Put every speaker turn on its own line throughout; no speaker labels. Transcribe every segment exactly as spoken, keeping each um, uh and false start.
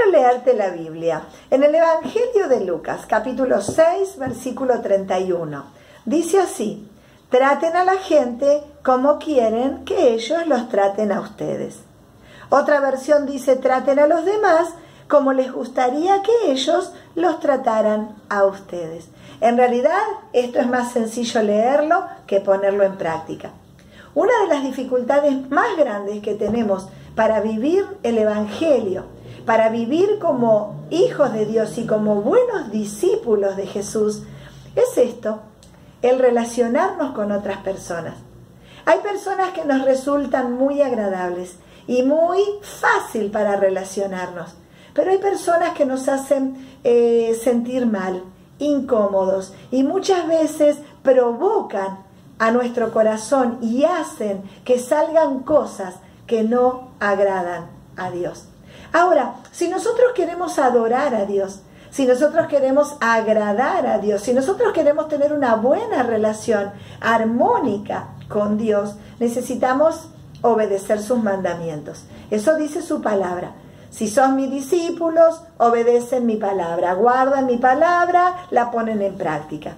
quiero leerte la Biblia. En el Evangelio de Lucas, capítulo seis, versículo treinta y uno, dice así: traten a la gente como quieren que ellos los traten a ustedes. Otra versión dice: traten a los demás como les gustaría que ellos los trataran a ustedes. En realidad, esto es más sencillo leerlo que ponerlo en práctica. Una de las dificultades más grandes que tenemos para vivir el Evangelio, para vivir como hijos de Dios y como buenos discípulos de Jesús, es esto, el relacionarnos con otras personas. Hay personas que nos resultan muy agradables y muy fácil para relacionarnos, pero hay personas que nos hacen eh, sentir mal, incómodos, y muchas veces provocan a nuestro corazón y hacen que salgan cosas que no agradan a Dios. Ahora, si nosotros queremos adorar a Dios, si nosotros queremos agradar a Dios, si nosotros queremos tener una buena relación armónica con Dios, necesitamos obedecer sus mandamientos. Eso dice su palabra. Si son mis discípulos, obedecen mi palabra, guardan mi palabra, la ponen en práctica.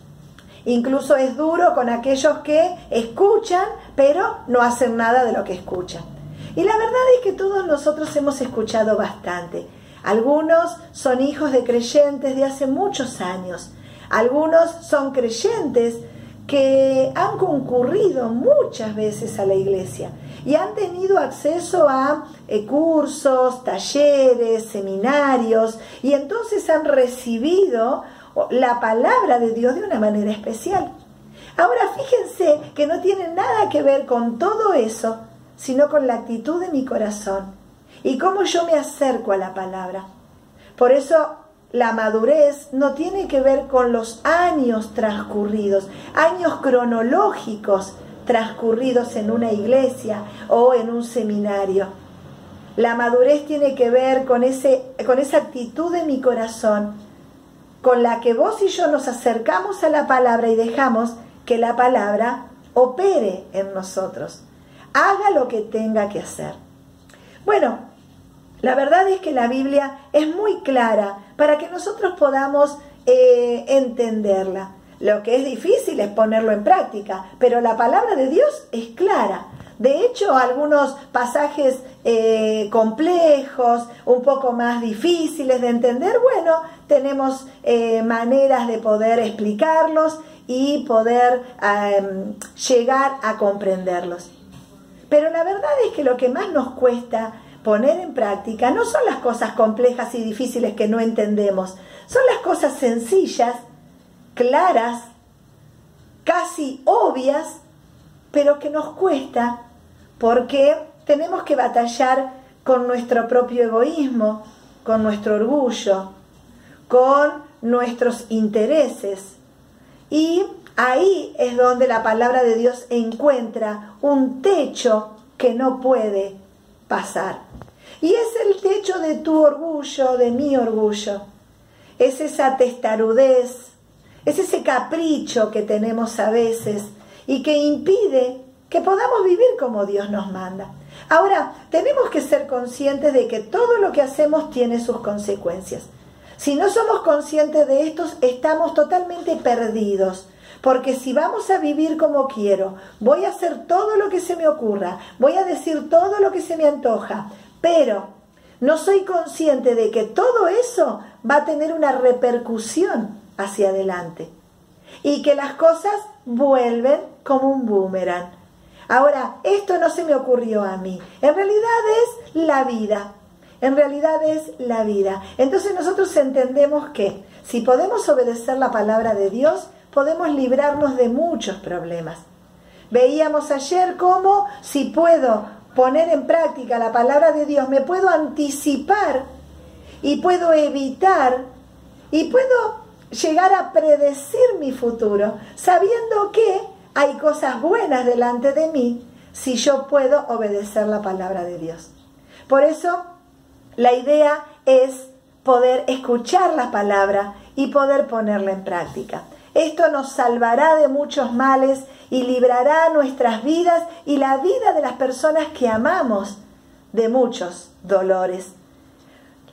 Incluso es duro con aquellos que escuchan, pero no hacen nada de lo que escuchan. Y la verdad es que todos nosotros hemos escuchado bastante. Algunos son hijos de creyentes de hace muchos años. Algunos son creyentes que han concurrido muchas veces a la iglesia y han tenido acceso a eh, cursos, talleres, seminarios, y entonces han recibido la palabra de Dios de una manera especial. Ahora fíjense que no tiene nada que ver con todo eso, sino con la actitud de mi corazón y cómo yo me acerco a la palabra. Por eso la madurez no tiene que ver con los años transcurridos, años cronológicos transcurridos en una iglesia o en un seminario. La madurez tiene que ver con, ese, con esa actitud de mi corazón, con la que vos y yo nos acercamos a la palabra y dejamos que la palabra opere en nosotros, haga lo que tenga que hacer. Bueno, la verdad es que la Biblia es muy clara para que nosotros podamos eh, entenderla. Lo que es difícil es ponerlo en práctica, pero la palabra de Dios es clara. De hecho, algunos pasajes eh, complejos, un poco más difíciles de entender, bueno, tenemos eh, maneras de poder explicarlos y poder eh, llegar a comprenderlos. Pero la verdad es que lo que más nos cuesta poner en práctica no son las cosas complejas y difíciles que no entendemos, son las cosas sencillas, claras, casi obvias, pero que nos cuesta porque tenemos que batallar con nuestro propio egoísmo, con nuestro orgullo, con nuestros intereses. Y ahí es donde la palabra de Dios encuentra un techo que no puede pasar. Y es el techo de tu orgullo, de mi orgullo. Es esa testarudez, es ese capricho que tenemos a veces y que impide que podamos vivir como Dios nos manda. Ahora, tenemos que ser conscientes de que todo lo que hacemos tiene sus consecuencias. Si no somos conscientes de esto, estamos totalmente perdidos. Porque si vamos a vivir como quiero, voy a hacer todo lo que se me ocurra, voy a decir todo lo que se me antoja, pero no soy consciente de que todo eso va a tener una repercusión hacia adelante y que las cosas vuelven como un boomerang. Ahora, esto no se me ocurrió a mí, en realidad es la vida, en realidad es la vida. Entonces nosotros entendemos que si podemos obedecer la palabra de Dios, podemos librarnos de muchos problemas. Veíamos ayer cómo si puedo poner en práctica la palabra de Dios, me puedo anticipar y puedo evitar y puedo llegar a predecir mi futuro, sabiendo que hay cosas buenas delante de mí si yo puedo obedecer la palabra de Dios. Por eso, la idea es poder escuchar la palabra y poder ponerla en práctica. Esto nos salvará de muchos males y librará nuestras vidas y la vida de las personas que amamos de muchos dolores.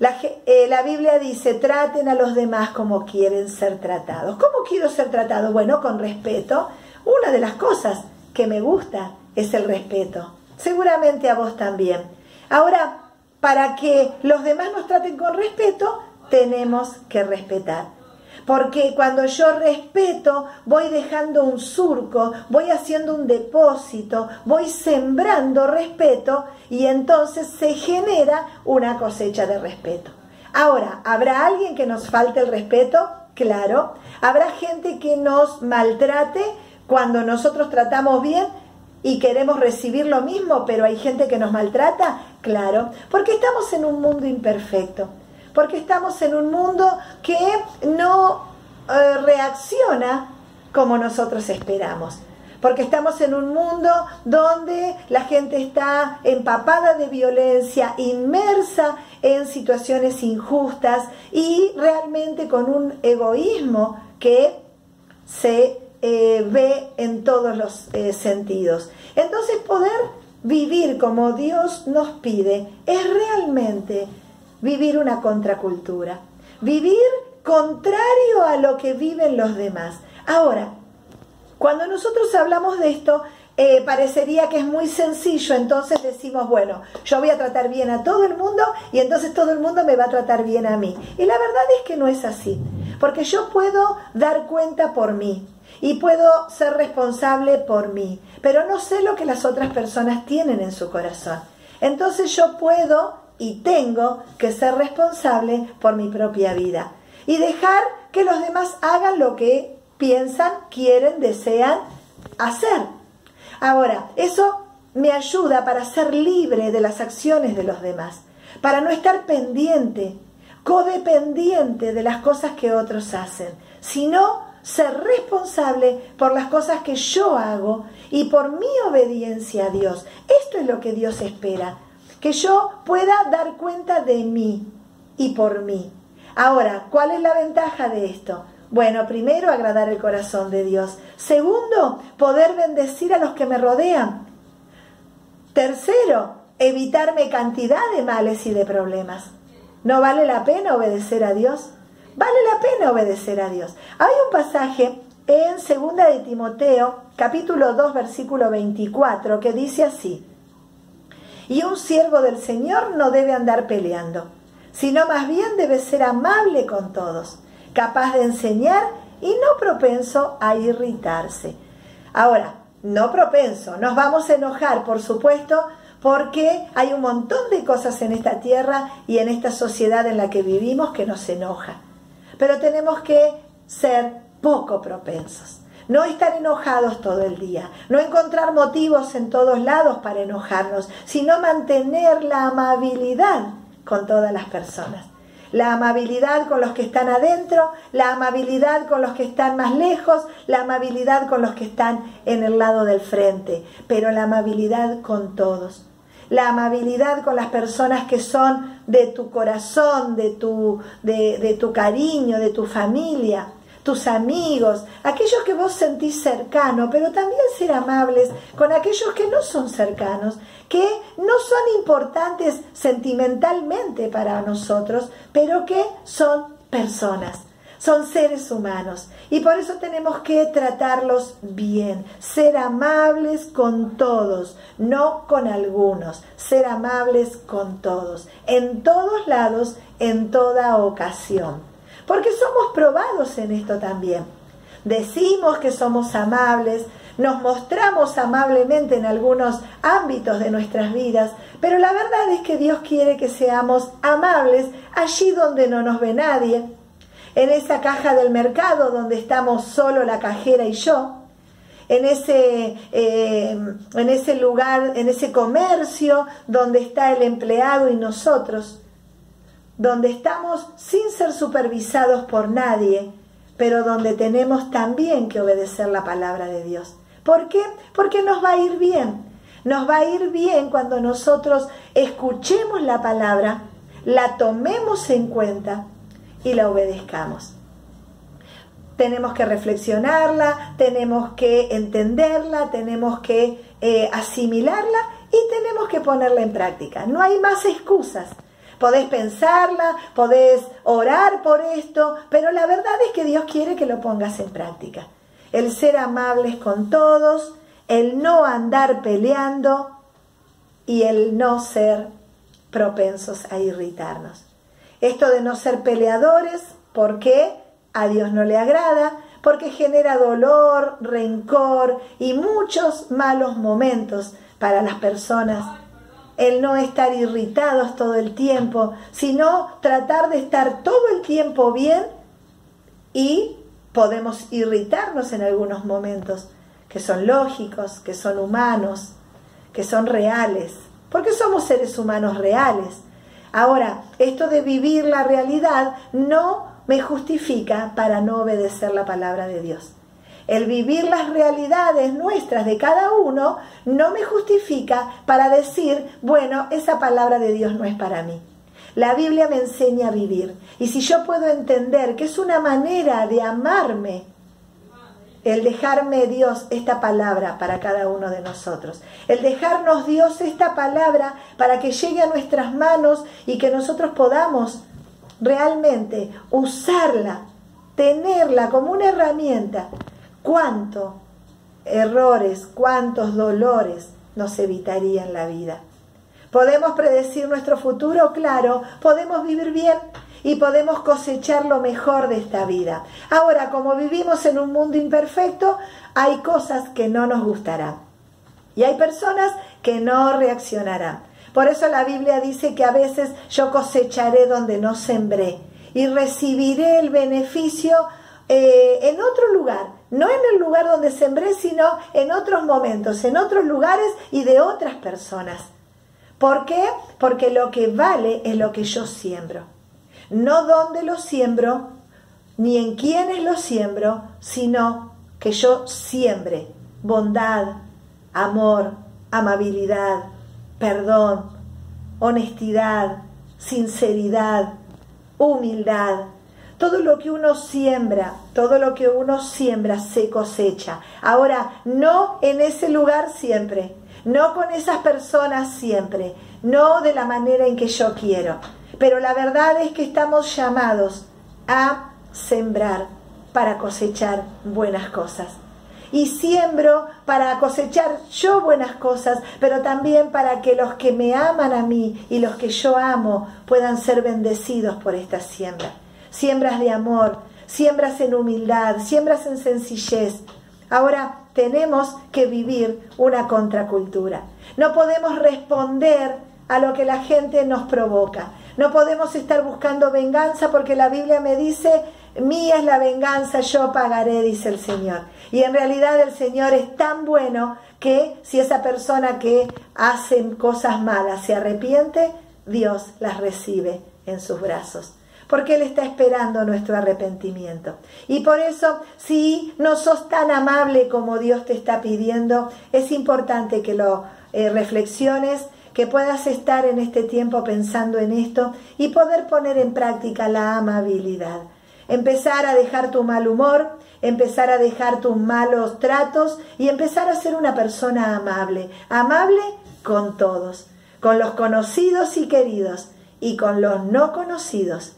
La, eh, la Biblia dice, traten a los demás como quieren ser tratados. ¿Cómo quiero ser tratado? Bueno, con respeto. Una de las cosas que me gusta es el respeto. Seguramente a vos también. Ahora, para que los demás nos traten con respeto, tenemos que respetar. Porque cuando yo respeto, voy dejando un surco, voy haciendo un depósito, voy sembrando respeto y entonces se genera una cosecha de respeto. Ahora, ¿habrá alguien que nos falte el respeto? Claro. ¿Habrá gente que nos maltrate cuando nosotros tratamos bien y queremos recibir lo mismo, pero hay gente que nos maltrata? Claro, porque estamos en un mundo imperfecto. Porque estamos en un mundo que no eh, reacciona como nosotros esperamos. Porque estamos en un mundo donde la gente está empapada de violencia, inmersa en situaciones injustas y realmente con un egoísmo que se eh, ve en todos los eh, sentidos. Entonces, poder vivir como Dios nos pide es realmente vivir una contracultura, vivir contrario a lo que viven los demás. Ahora, cuando nosotros hablamos de esto, eh, parecería que es muy sencillo, entonces decimos, bueno, yo voy a tratar bien a todo el mundo y entonces todo el mundo me va a tratar bien a mí. Y la verdad es que no es así, porque yo puedo dar cuenta por mí y puedo ser responsable por mí, pero no sé lo que las otras personas tienen en su corazón. Entonces yo puedo y tengo que ser responsable por mi propia vida y dejar que los demás hagan lo que piensan, quieren, desean hacer. Ahora, eso me ayuda para ser libre de las acciones de los demás, para no estar pendiente, codependiente de las cosas que otros hacen, sino ser responsable por las cosas que yo hago y por mi obediencia a Dios. Esto es lo que Dios espera, que yo pueda dar cuenta de mí y por mí. Ahora, ¿cuál es la ventaja de esto? Bueno, primero, agradar el corazón de Dios. Segundo, poder bendecir a los que me rodean. Tercero, evitarme cantidad de males y de problemas. ¿No vale la pena obedecer a Dios? Vale la pena obedecer a Dios. Hay un pasaje en segunda de Timoteo, capítulo dos, versículo veinticuatro, que dice así: y un siervo del Señor no debe andar peleando, sino más bien debe ser amable con todos, capaz de enseñar y no propenso a irritarse. Ahora, no propenso, nos vamos a enojar, por supuesto, porque hay un montón de cosas en esta tierra y en esta sociedad en la que vivimos que nos enoja. Pero tenemos que ser poco propensos. No estar enojados todo el día, no encontrar motivos en todos lados para enojarnos, sino mantener la amabilidad con todas las personas. La amabilidad con los que están adentro, la amabilidad con los que están más lejos, la amabilidad con los que están en el lado del frente, pero la amabilidad con todos. La amabilidad con las personas que son de tu corazón, de tu, de, de tu cariño, de tu familia, tus amigos, aquellos que vos sentís cercano, pero también ser amables con aquellos que no son cercanos, que no son importantes sentimentalmente para nosotros, pero que son personas, son seres humanos. Y por eso tenemos que tratarlos bien, ser amables con todos, no con algunos, ser amables con todos, en todos lados, en toda ocasión. Porque somos probados en esto también. Decimos que somos amables, nos mostramos amablemente en algunos ámbitos de nuestras vidas, pero la verdad es que Dios quiere que seamos amables allí donde no nos ve nadie, en esa caja del mercado donde estamos solo la cajera y yo, en ese, eh, en ese lugar, en ese comercio donde está el empleado y nosotros, donde estamos sin ser supervisados por nadie, pero donde tenemos también que obedecer la palabra de Dios. ¿Por qué? Porque nos va a ir bien. Nos va a ir bien cuando nosotros escuchemos la palabra, la tomemos en cuenta y la obedezcamos. Tenemos que reflexionarla, tenemos que entenderla, tenemos que eh, asimilarla y tenemos que ponerla en práctica. No hay más excusas. podés pensarla, podés orar por esto, pero la verdad es que Dios quiere que lo pongas en práctica. El ser amables con todos, el no andar peleando y el no ser propensos a irritarnos. Esto de no ser peleadores, ¿por qué? A Dios no le agrada, porque genera dolor, rencor y muchos malos momentos para las personas. El no estar irritados todo el tiempo, sino tratar de estar todo el tiempo bien, y podemos irritarnos en algunos momentos que son lógicos, que son humanos, que son reales, porque somos seres humanos reales. Ahora, esto de vivir la realidad no me justifica para no obedecer la palabra de Dios. El vivir las realidades nuestras de cada uno no me justifica para decir, bueno, esa palabra de Dios no es para mí. La Biblia me enseña a vivir. Y si yo puedo entender que es una manera de amarme, el dejarme Dios esta palabra para cada uno de nosotros, el dejarnos Dios esta palabra para que llegue a nuestras manos y que nosotros podamos realmente usarla, tenerla como una herramienta, cuántos errores, cuántos dolores nos evitaría en la vida. ¿Podemos predecir nuestro futuro? Claro, podemos vivir bien y podemos cosechar lo mejor de esta vida. Ahora, como vivimos en un mundo imperfecto, hay cosas que no nos gustarán y hay personas que no reaccionarán. Por eso la Biblia dice que a veces yo cosecharé donde no sembré y recibiré el beneficio eh, en otro lugar, no en el lugar donde sembré, sino en otros momentos, en otros lugares y de otras personas. ¿Por qué? Porque lo que vale es lo que yo siembro. No dónde lo siembro, ni en quiénes lo siembro, sino que yo siembre bondad, amor, amabilidad, perdón, honestidad, sinceridad, humildad. Todo lo que uno siembra, todo lo que uno siembra se cosecha. Ahora, no en ese lugar siempre, no con esas personas siempre, no de la manera en que yo quiero. Pero la verdad es que estamos llamados a sembrar para cosechar buenas cosas. Y siembro para cosechar yo buenas cosas, pero también para que los que me aman a mí y los que yo amo puedan ser bendecidos por esta siembra. Siembras de amor, siembras en humildad, siembras en sencillez. Ahora tenemos que vivir una contracultura. No podemos responder a lo que la gente nos provoca. No podemos estar buscando venganza porque la Biblia me dice, mía es la venganza, yo pagaré, dice el Señor. Y en realidad el Señor es tan bueno que si esa persona que hace cosas malas se arrepiente, Dios las recibe en sus brazos. Porque Él está esperando nuestro arrepentimiento. Y por eso, si no sos tan amable como Dios te está pidiendo, es importante que lo eh, reflexiones, que puedas estar en este tiempo pensando en esto y poder poner en práctica la amabilidad. Empezar a dejar tu mal humor, empezar a dejar tus malos tratos y empezar a ser una persona amable. Amable con todos, con los conocidos y queridos y con los no conocidos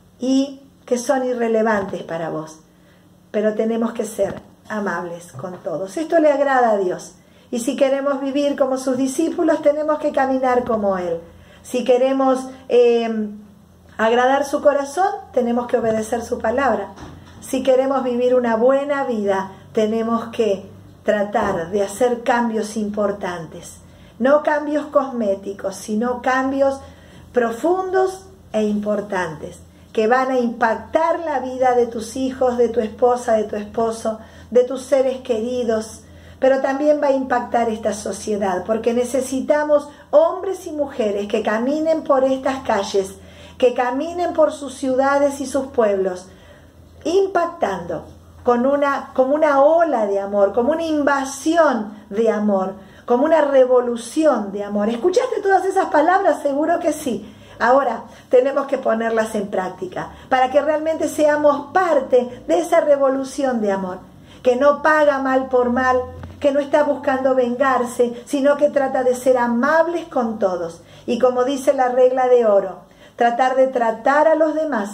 y que son irrelevantes para vos. Pero tenemos que ser amables con todos. Esto le agrada a Dios. Y si queremos vivir como sus discípulos, tenemos que caminar como Él. Si queremos eh, agradar su corazón, tenemos que obedecer su palabra. Si queremos vivir una buena vida, tenemos que tratar de hacer cambios importantes. No cambios cosméticos, sino cambios profundos e importantes, que van a impactar la vida de tus hijos, de tu esposa, de tu esposo, de tus seres queridos, pero también va a impactar esta sociedad, porque necesitamos hombres y mujeres que caminen por estas calles, que caminen por sus ciudades y sus pueblos, impactando con una, como una ola de amor, como una invasión de amor, como una revolución de amor. ¿Escuchaste todas esas palabras? Seguro que sí. Ahora tenemos que ponerlas en práctica para que realmente seamos parte de esa revolución de amor, que no paga mal por mal, que no está buscando vengarse, sino que trata de ser amables con todos. Y como dice la regla de oro, tratar de tratar a los demás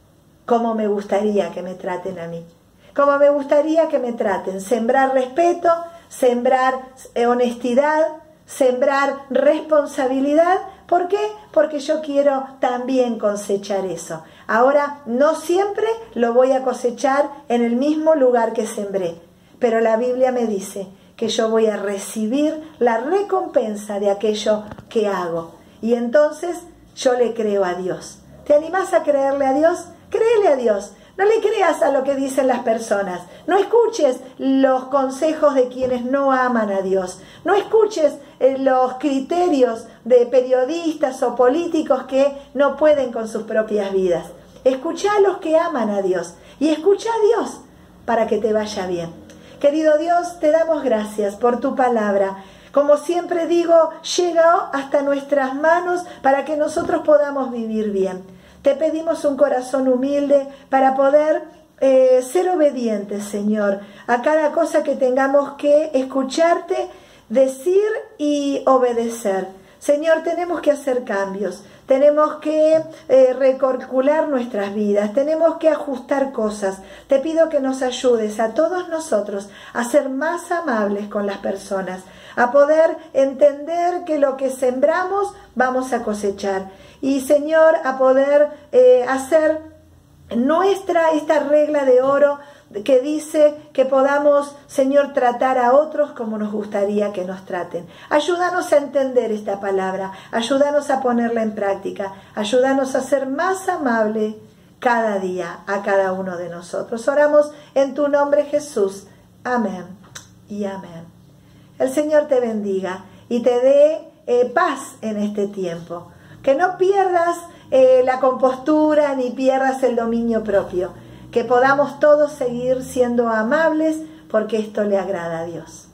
como me gustaría que me traten a mí, como me gustaría que me traten, sembrar respeto, sembrar honestidad, sembrar responsabilidad. ¿Por qué? Porque yo quiero también cosechar eso. Ahora, no siempre lo voy a cosechar en el mismo lugar que sembré, pero la Biblia me dice que yo voy a recibir la recompensa de aquello que hago. Y entonces yo le creo a Dios. ¿Te animás a creerle a Dios? Créele a Dios. No le creas a lo que dicen las personas. No escuches los consejos de quienes no aman a Dios. No escuches eh, los criterios de periodistas o políticos que no pueden con sus propias vidas. Escucha a los que aman a Dios y escucha a Dios para que te vaya bien. Querido Dios, te damos gracias por tu palabra. Como siempre digo, llega hasta nuestras manos para que nosotros podamos vivir bien. Te pedimos un corazón humilde para poder eh, ser obedientes, Señor, a cada cosa que tengamos que escucharte, decir y obedecer. Señor, tenemos que hacer cambios, tenemos que eh, recalcular nuestras vidas, tenemos que ajustar cosas. Te pido que nos ayudes a todos nosotros a ser más amables con las personas, a poder entender que lo que sembramos vamos a cosechar. Y Señor, a poder eh, hacer nuestra esta regla de oro que dice que podamos, Señor, tratar a otros como nos gustaría que nos traten. Ayúdanos a entender esta palabra, ayúdanos a ponerla en práctica, ayúdanos a ser más amable cada día a cada uno de nosotros. Oramos en tu nombre, Jesús. Amén y amén. El Señor te bendiga y te dé eh, paz en este tiempo. Que no pierdas eh, la compostura ni pierdas el dominio propio. Que podamos todos seguir siendo amables porque esto le agrada a Dios.